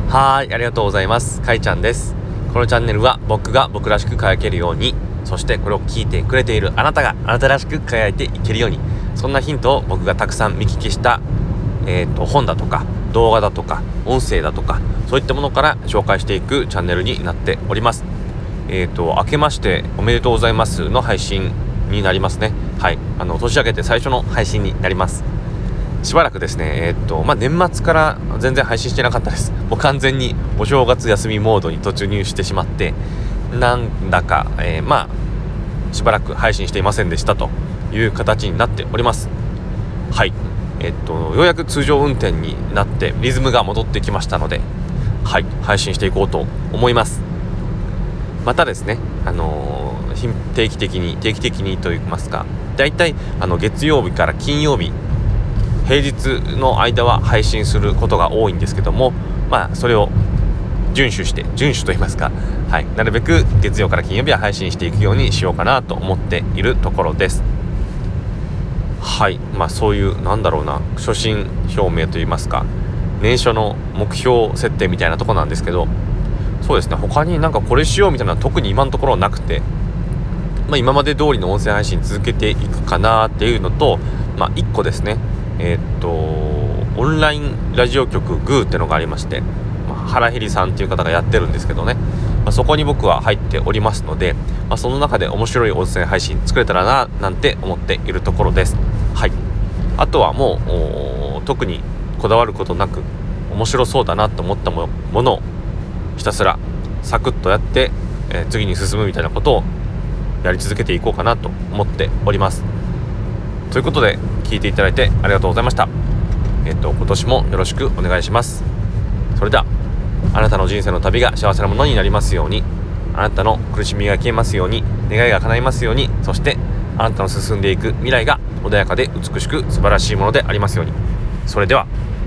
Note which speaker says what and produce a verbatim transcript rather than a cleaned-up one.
Speaker 1: はーい、ありがとうございます。かいちゃんです。このチャンネルは僕が僕らしく輝けるように、そしてこれを聞いてくれているあなたがあなたらしく輝いていけるように、そんなヒントを僕がたくさん見聞きした、えーと、本だとか動画だとか音声だとかそういったものから紹介していくチャンネルになっております。えーと、明けましておめでとうございますの配信になりますね。はい、あの年明けて最初の配信になります。しばらくですね、えーっとまあ、年末から全然配信してなかったです。もう完全にお正月休みモードに突入してしまって、なんだか、えー、まあしばらく配信していませんでしたという形になっております。はい、えーっとようやく通常運転になってリズムが戻ってきましたので、はい、配信していこうと思います。またですね、あのー、定期的に定期的にといいますか、だいたいあの月曜日から金曜日平日の間は配信することが多いんですけども、まあそれを遵守して遵守と言いますか、はい、なるべく月曜から金曜日は配信していくようにしようかなと思っているところです。はい、まあそういうなんだろうな、初心表明と言いますか、年初の目標設定みたいなところなんですけど、そうですね、他になんかこれしようみたいなのは特に今のところなくて、まあ、今まで通りの音声配信続けていくかなっていうのと、まあいっこですね、えー、っとオンラインラジオ局グーってのがありまして、まあ、原ヘリさんっていう方がやってるんですけどね、まあ、そこに僕は入っておりますので、まあ、その中で面白い音声配信作れたらななんて思っているところです。はい、あとはもう特にこだわることなく面白そうだなと思ったものをひたすらサクッとやって、えー、次に進むみたいなことをやり続けていこうかなと思っております。ということで聞いていただいてありがとうございました。えっと今年もよろしくお願いします。それではあなたの人生の旅が幸せなものになりますように、あなたの苦しみが消えますように、願いが叶いますように、そしてあなたの進んでいく未来が穏やかで美しく素晴らしいものでありますように。それでは。